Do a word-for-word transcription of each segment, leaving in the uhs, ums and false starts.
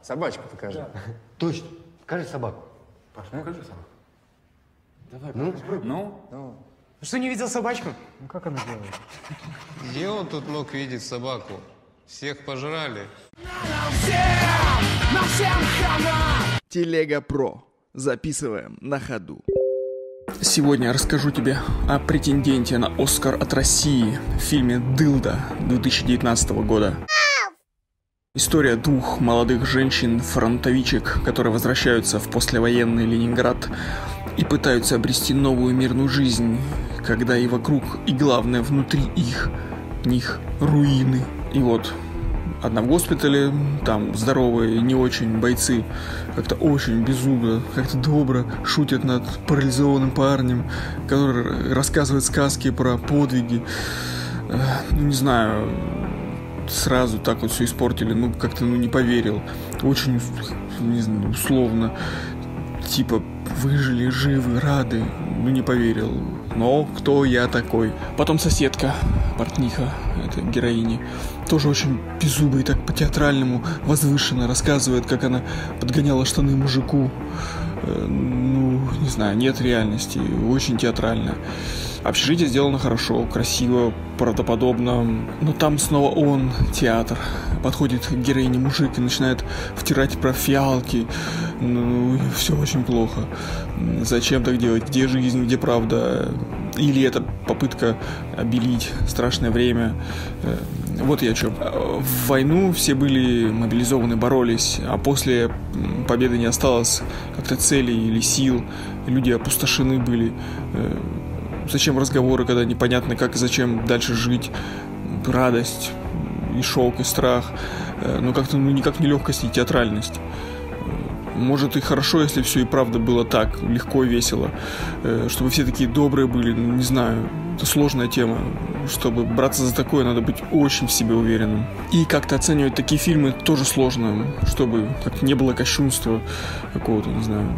Собачку покажи. Да. Точно. Покажи собаку. Паша, а? покажи собаку. Давай, ну, покажи. Ну? Ну? Что, не видел собачку? Ну, как она делает? Где он тут мог видеть собаку? Всех пожрали. Телега Про. Записываем на ходу. Сегодня я расскажу тебе о претенденте на Оскар от России в фильме «Дылда» две тысячи девятнадцатого года. История двух молодых женщин-фронтовичек, которые возвращаются в послевоенный Ленинград и пытаются обрести новую мирную жизнь, когда и вокруг, и главное внутри их, них руины. И вот одна в госпитале, там здоровые, не очень бойцы, как-то очень безумно, как-то добро шутят над парализованным парнем, который рассказывает сказки про подвиги. Ну, не знаю, сразу так вот все испортили, ну, как-то, ну, не поверил. Очень, не знаю, условно, типа, выжили, живы, рады, ну, не поверил. Но кто я такой? Потом соседка, портниха, этой героини, тоже очень беззубо и так по-театральному возвышенно рассказывает, как она подгоняла штаны мужику. Э, ну, не знаю, нет реальности, очень театрально. Общежитие сделано хорошо, красиво, правдоподобно, но там снова он, театр. Подходит к героине мужик и начинает втирать про фиалки. Ну, все очень плохо. Зачем так делать? Где жизнь, где правда? Или это попытка обелить страшное время? Вот я о чем. В войну все были мобилизованы, боролись, а после победы не осталось как-то целей или сил. Люди опустошены были. Зачем разговоры, когда непонятно, как и зачем дальше жить? Радость, и шок, и страх. Но как-то, ну, никак не легкость и театральность. Может, и хорошо, если все и правда было так, легко и весело. Чтобы все такие добрые были, ну, не знаю. Это сложная тема. Чтобы браться за такое, надо быть очень в себе уверенным. И как-то оценивать такие фильмы тоже сложно. Чтобы как не было кощунства какого-то, не знаю.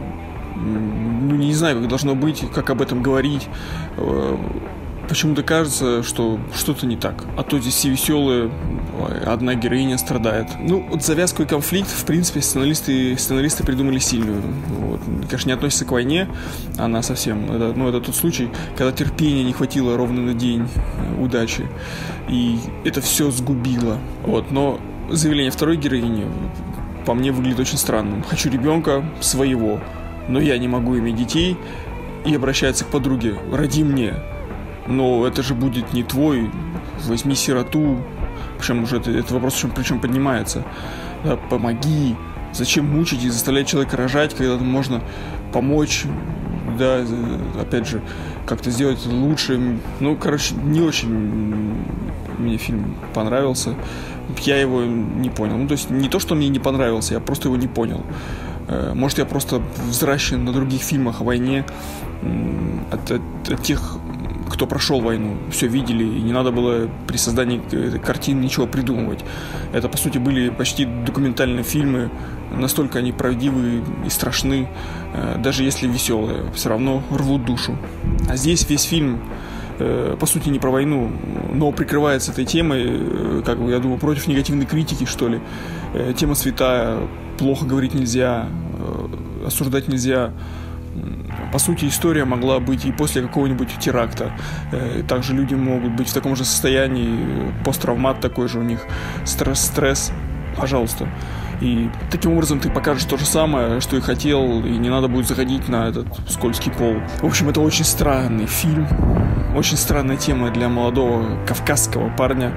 Ну, не знаю, как должно быть, как об этом говорить. Почему-то кажется, что что-то не так. А то здесь все веселые, одна героиня страдает. Ну, вот завязку и конфликт, в принципе, сценаристы, сценаристы придумали сильную. Вот. Конечно, не относится к войне, она совсем... Это, ну, это тот случай, когда терпения не хватило ровно на день удачи. И это все сгубило. Вот. Но заявление второй героини, по мне, выглядит очень странным. Хочу ребенка своего, но я не могу иметь детей, и обращается к подруге: роди мне. Но это же будет не твой, возьми сироту. Причем уже это, этот вопрос причем поднимается. Да, помоги. Зачем мучить и заставлять человека рожать, когда можно помочь, да, опять же, как-то сделать это лучше. Ну, короче, не очень мне фильм понравился. Я его не понял. Ну, то есть не то, что мне не понравился, я просто его не понял. Может, я просто взращен на других фильмах о войне, от, от, от тех, кто прошел войну, все видели, и не надо было при создании картин ничего придумывать. Это, по сути, были почти документальные фильмы, настолько они правдивые и страшны, даже если веселые, все равно рвут душу. А здесь весь фильм, по сути, не про войну, но прикрывается этой темой, как бы, я думаю, против негативной критики, что ли. Тема святая, плохо говорить нельзя, осуждать нельзя. По сути, история могла быть и после какого-нибудь теракта. Также люди могут быть в таком же состоянии, посттравмат такой же у них, стресс, стресс, пожалуйста. И таким образом ты покажешь то же самое, что и хотел, и не надо будет заходить на этот скользкий пол. В общем, это очень странный фильм, очень странная тема для молодого кавказского парня.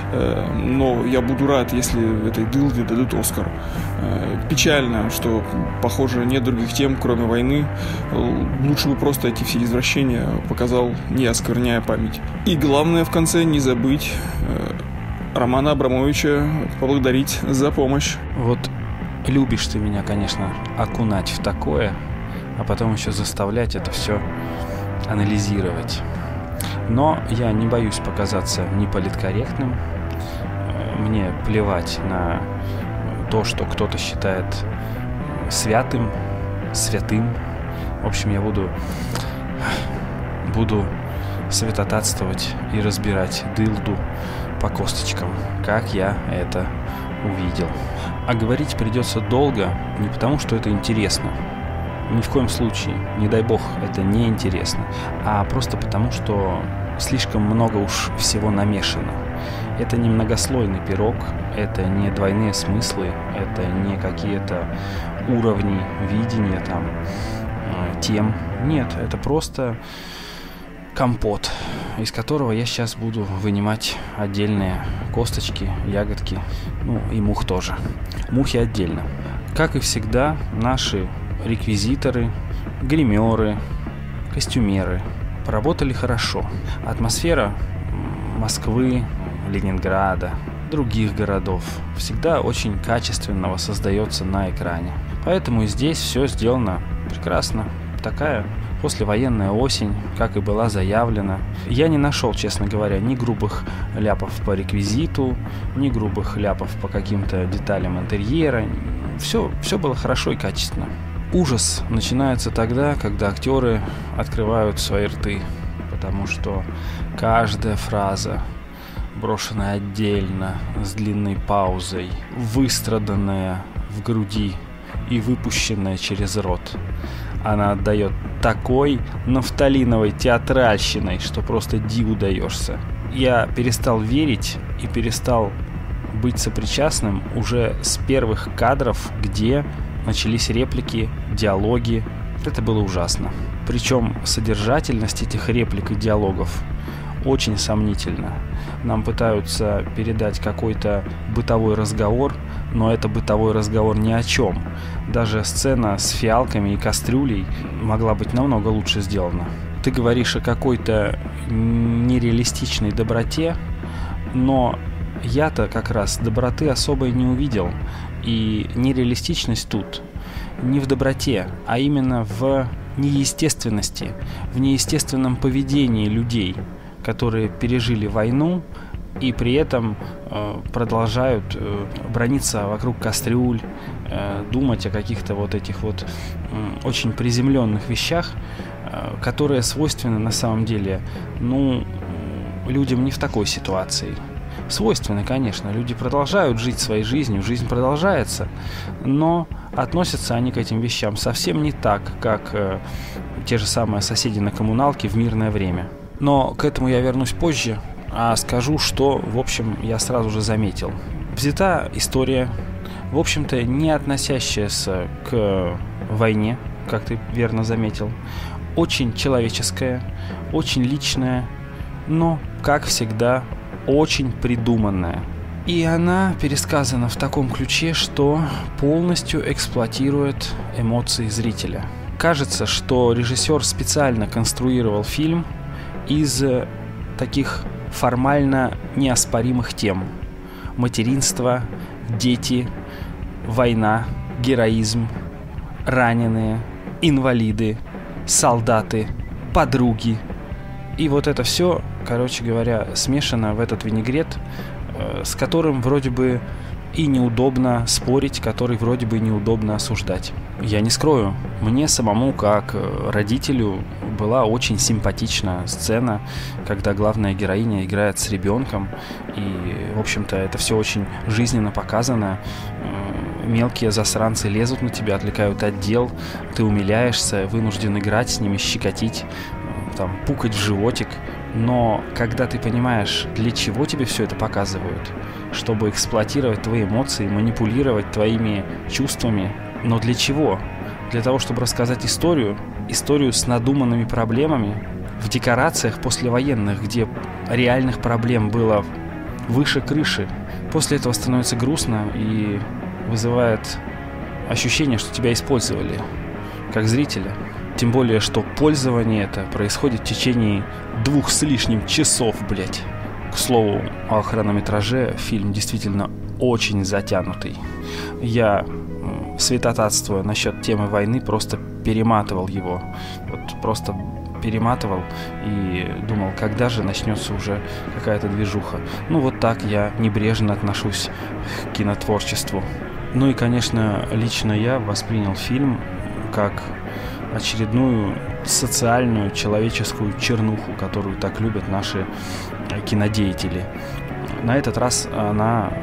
Но я буду рад, если этой дылде дадут Оскар. Печально, что, похоже, нет других тем, кроме войны. Лучше бы просто эти все извращения показал, не оскверняя память. И главное, в конце, не забыть Романа Абрамовича поблагодарить за помощь. Вот любишь ты меня, конечно, окунать в такое, а потом еще заставлять это все анализировать. Но я не боюсь показаться неполиткорректным. Мне плевать на то, что кто-то считает святым, святым. В общем, я буду, буду святотатствовать и разбирать дылду по косточкам, как я это увидел. А говорить придется долго, не потому что это интересно. Ни в коем случае, не дай бог, это не интересно, а просто потому, что слишком много уж всего намешано. Это не многослойный пирог, это не двойные смыслы, это не какие-то уровни видения там, тем. Нет, это просто компот, из которого я сейчас буду вынимать отдельные косточки, ягодки, ну и мух тоже. Мухи отдельно. Как и всегда, наши реквизиторы, гримеры, костюмеры поработали хорошо. Атмосфера Москвы, Ленинграда, других городов всегда очень качественно воссоздается на экране. Поэтому и здесь все сделано прекрасно. Такая послевоенная осень, как и была заявлена. Я не нашел, честно говоря, ни грубых ляпов по реквизиту, ни грубых ляпов по каким-то деталям интерьера. Все, все было хорошо и качественно. Ужас начинается тогда, когда актеры открывают свои рты, потому что каждая фраза, брошенная отдельно, с длинной паузой, выстраданная в груди и выпущенная через рот, она отдает такой нафталиновой театральщиной, что просто диву даешься. Я перестал верить и перестал быть сопричастным уже с первых кадров, где начались реплики, диалоги. Это было ужасно. Причем содержательность этих реплик и диалогов очень сомнительна. Нам пытаются передать какой-то бытовой разговор, но это бытовой разговор ни о чем. Даже сцена с фиалками и кастрюлей могла быть намного лучше сделана. Ты говоришь о какой-то нереалистичной доброте, но я-то как раз доброты особой не увидел. И нереалистичность тут не в доброте, а именно в неестественности, в неестественном поведении людей, которые пережили войну и при этом э, продолжают э, браниться вокруг кастрюль, э, думать о каких-то вот этих вот э, очень приземленных вещах, э, которые свойственны на самом деле, ну, людям не в такой ситуации. Свойственны, конечно, люди продолжают жить своей жизнью, жизнь продолжается, но относятся они к этим вещам совсем не так, как э, те же самые соседи на коммуналке в мирное время. Но к этому я вернусь позже, а скажу, что, в общем, я сразу же заметил. Взята история, в общем-то, не относящаяся к войне, как ты верно заметил, очень человеческая, очень личная, но, как всегда, очень придуманная. И она пересказана в таком ключе, что полностью эксплуатирует эмоции зрителя. Кажется, что режиссер специально конструировал фильм из таких формально неоспоримых тем: материнство, дети, война, героизм, раненые, инвалиды, солдаты, подруги. И вот это все, короче говоря, смешано в этот винегрет, э, с которым вроде бы и неудобно спорить, который вроде бы неудобно осуждать. Я не скрою, мне самому, как родителю, была очень симпатична сцена, когда главная героиня играет с ребенком, и, в общем-то, это все очень жизненно показано. Мелкие засранцы лезут на тебя, отвлекают от дел, ты умиляешься, вынужден играть с ними, щекотить, там, пукать в животик. Но когда ты понимаешь, для чего тебе все это показывают, чтобы эксплуатировать твои эмоции, манипулировать твоими чувствами, но для чего? Для того, чтобы рассказать историю, историю с надуманными проблемами в декорациях послевоенных, где реальных проблем было выше крыши. После этого становится грустно и вызывает ощущение, что тебя использовали как зрителя. Тем более, что пользование это происходит в течение двух с лишним часов, блять. К слову, о хронометраже, фильм действительно очень затянутый. Я, святотатствуя насчет темы войны, просто перематывал его. Вот просто перематывал и думал, когда же начнется уже какая-то движуха. Ну вот так я небрежно отношусь к кинотворчеству. Ну и, конечно, лично я воспринял фильм как очередную социальную, человеческую чернуху, которую так любят наши кинодеятели. На этот раз она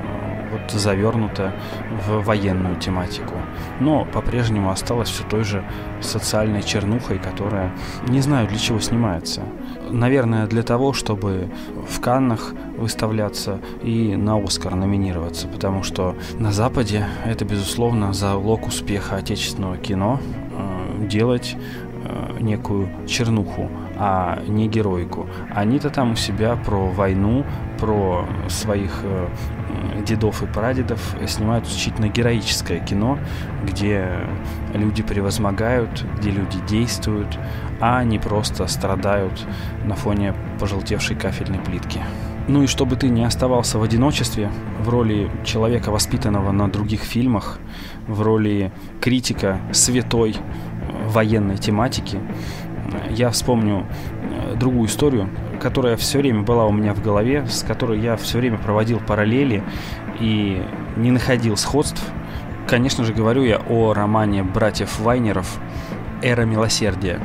вот завернута в военную тематику. Но по-прежнему осталась все той же социальной чернухой, которая не знаю для чего снимается. Наверное, для того, чтобы в Каннах выставляться и на Оскар номинироваться, потому что на Западе это, безусловно, залог успеха отечественного кино э, делать э, некую чернуху, а не героику. Они-то там у себя про войну, про своих э, дедов и прадедов снимают исключительно героическое кино, где люди превозмогают, где люди действуют, а не просто страдают на фоне пожелтевшей кафельной плитки. Ну и чтобы ты не оставался в одиночестве, в роли человека, воспитанного на других фильмах, в роли критика святой военной тематики, я вспомню другую историю, которая все время была у меня в голове, с которой я все время проводил параллели и не находил сходств. Конечно же, говорю я о романе братьев Вайнеров «Эра милосердия»,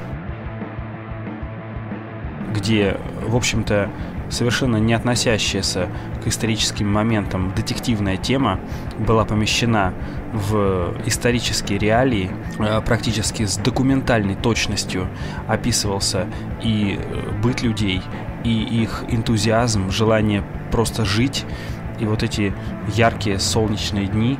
где, в общем-то, совершенно не относящаяся к историческим моментам детективная тема была помещена в исторические реалии, практически с документальной точностью описывался и быт людей, и их энтузиазм, желание просто жить, и вот эти яркие солнечные дни,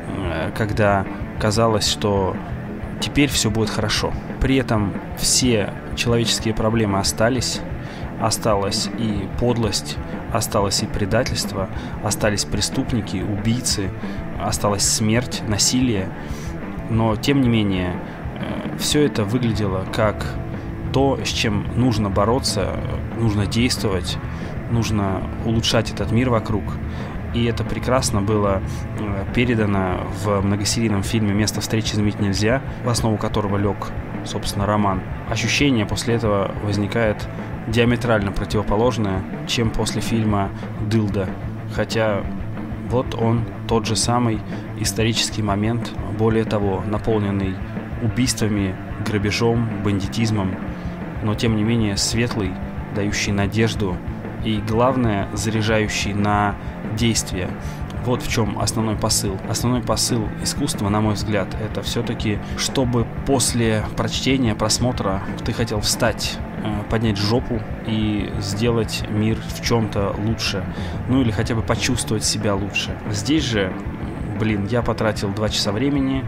когда казалось, что теперь все будет хорошо. При этом все человеческие проблемы остались, осталась и подлость, осталось и предательство, остались преступники, убийцы, осталась смерть, насилие. Но, тем не менее, все это выглядело как то, с чем нужно бороться, нужно действовать, нужно улучшать этот мир вокруг. И это прекрасно было передано в многосерийном фильме «Место встречи изменить нельзя», в основу которого лег, собственно, роман. Ощущение после этого возникает диаметрально противоположное, чем после фильма «Дылда». Хотя вот он, тот же самый исторический момент, более того, наполненный убийствами, грабежом, бандитизмом, но тем не менее светлый, дающий надежду и, главное, заряжающий на действие. Вот в чем основной посыл. Основной посыл искусства, на мой взгляд, это все-таки, чтобы после прочтения, просмотра ты хотел встать, поднять жопу и сделать мир в чем-то лучше. Ну или хотя бы почувствовать себя лучше. Здесь же, блин, я потратил два часа времени,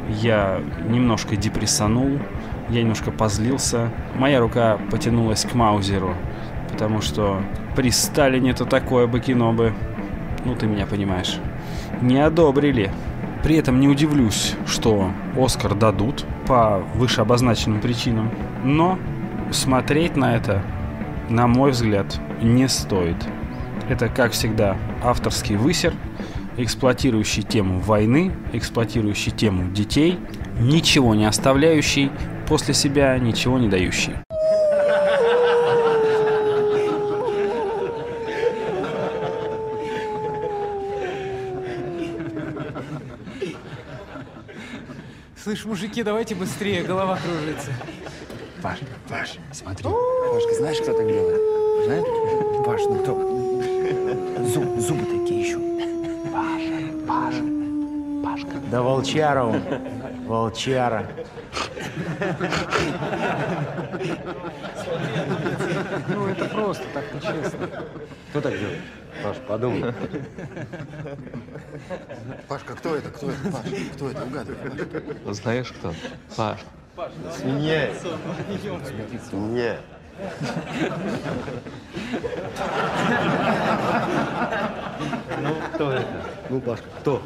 я немножко депрессанул, я немножко позлился. Моя рука потянулась к маузеру, потому что при Сталине-то такое бы кино бы, ну ты меня понимаешь, не одобрили. При этом не удивлюсь, что Оскар дадут по вышеобозначенным причинам, но смотреть на это, на мой взгляд, не стоит. Это, как всегда, авторский высер, эксплуатирующий тему войны, эксплуатирующий тему детей, ничего не оставляющий после себя, ничего не дающий. Слышь, мужики, давайте быстрее, голова кружится. Паш, Паш, смотри. Пашка, знаешь, кто так делает? Знаешь? Паш, ну кто? Зуб, зубы такие еще. Паша, Паша, Пашка. Да волчара он, волчара. Ну, это просто, так нечестно. Кто так делает? Паш, подумай. Пашка, кто это? Кто это? Паш, кто это? Угадывай. Знаешь кто? Паш. Свинья. Свинья. Ну, кто это? Ну, Пашка, кто?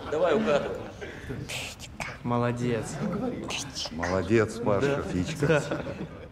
Молодец. Молодец, Пашка, птичка.